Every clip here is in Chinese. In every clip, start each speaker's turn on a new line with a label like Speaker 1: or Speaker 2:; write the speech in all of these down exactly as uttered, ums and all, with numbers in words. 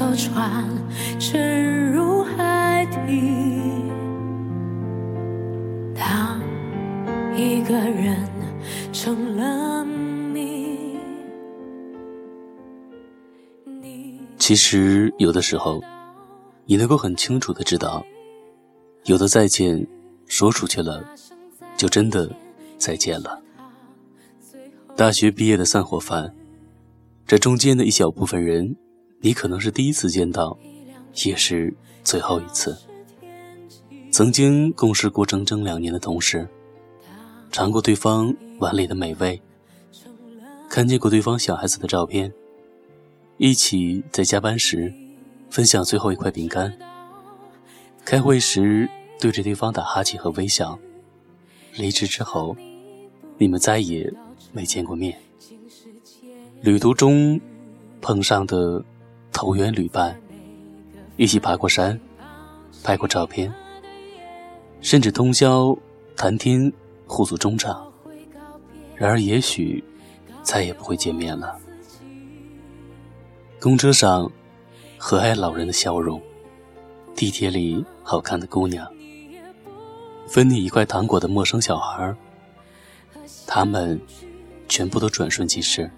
Speaker 1: 条船沉入海底，当一个人成了谜。
Speaker 2: 其实有的时候你能够很清楚地知道，有的再见说出去了就真的再见了。大学毕业的散伙饭，这中间的一小部分人你可能是第一次见到，也是最后一次。曾经共事过整整两年的同事，尝过对方碗里的美味，看见过对方小孩子的照片，一起在加班时分享最后一块饼干，开会时对着对方打哈欠和微笑，离职之后你们再也没见过面。旅途中碰上的投缘旅伴，一起爬过山，拍过照片，甚至通宵谈天互诉衷肠，然而也许再也不会见面了。公车上和蔼老人的笑容，地铁里好看的姑娘，分你一块糖果的陌生小孩，他们全部都转瞬即逝。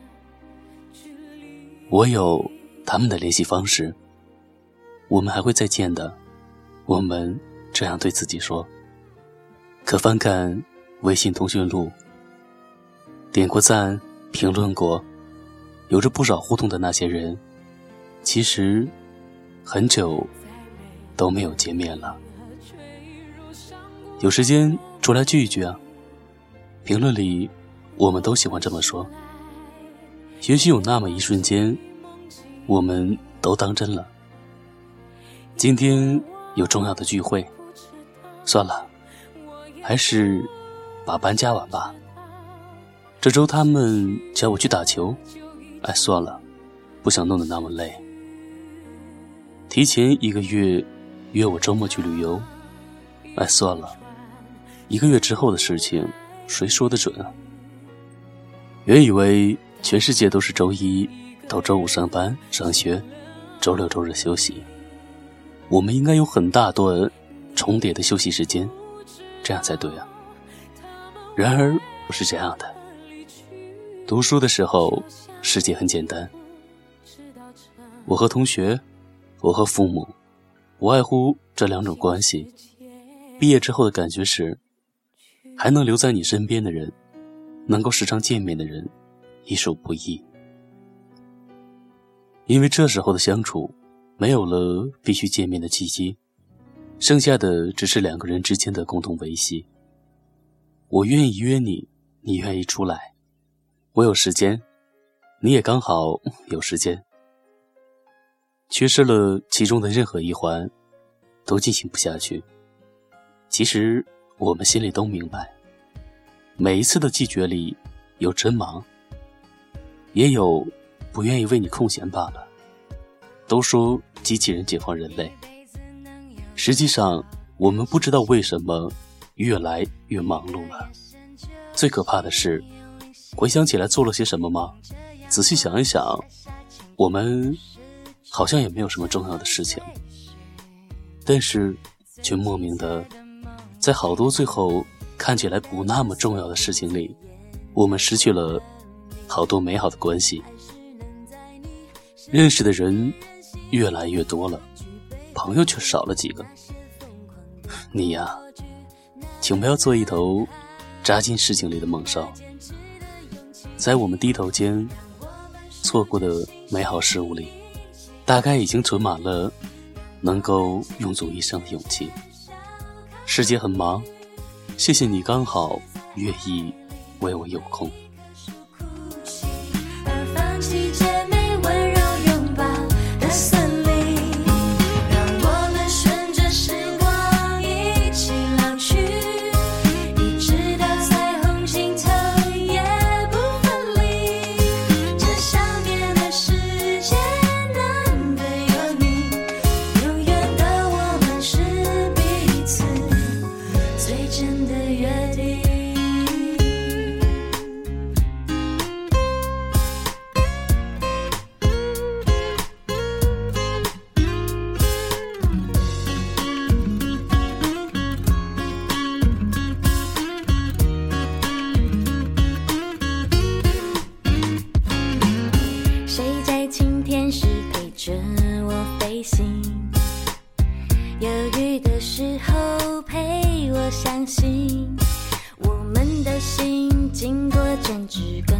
Speaker 2: 我有他们的联系方式，我们还会再见的，我们这样对自己说。可翻看微信通讯录，点过赞，评论过，有着不少互动的那些人，其实很久都没有见面了。有时间出来聚一聚啊，评论里我们都喜欢这么说。也许有那么一瞬间，我们都当真了。今天有重要的聚会，算了，还是把班加完吧。这周他们叫我去打球，哎，算了，不想弄得那么累。提前一个月约我周末去旅游，哎，算了，一个月之后的事情谁说得准啊？原以为全世界都是周一到周五上班上学，周六周日休息，我们应该有很大段重叠的休息时间，这样才对啊。然而不是这样的。读书的时候世界很简单，我和同学，我和父母，无外乎这两种关系。毕业之后的感觉是，还能留在你身边的人，能够时常见面的人已属不易。因为这时候的相处没有了必须见面的契机，剩下的只是两个人之间的共同维系。我愿意约你，你愿意出来，我有时间，你也刚好有时间。缺失了其中的任何一环，都进行不下去。其实我们心里都明白，每一次的拒绝里有真忙，也有不愿意为你空闲罢了。都说机器人解放人类，实际上我们不知道为什么越来越忙碌了。最可怕的是，回想起来做了些什么吗？仔细想一想，我们好像也没有什么重要的事情，但是却莫名的在好多最后看起来不那么重要的事情里，我们失去了好多美好的关系。认识的人越来越多了，朋友却少了几个。你呀，请不要做一头扎进事情里的猛兽。在我们低头间错过的美好事物里，大概已经存满了能够用足一生的勇气。世界很忙，谢谢你刚好愿意为我有空。
Speaker 1: 甚至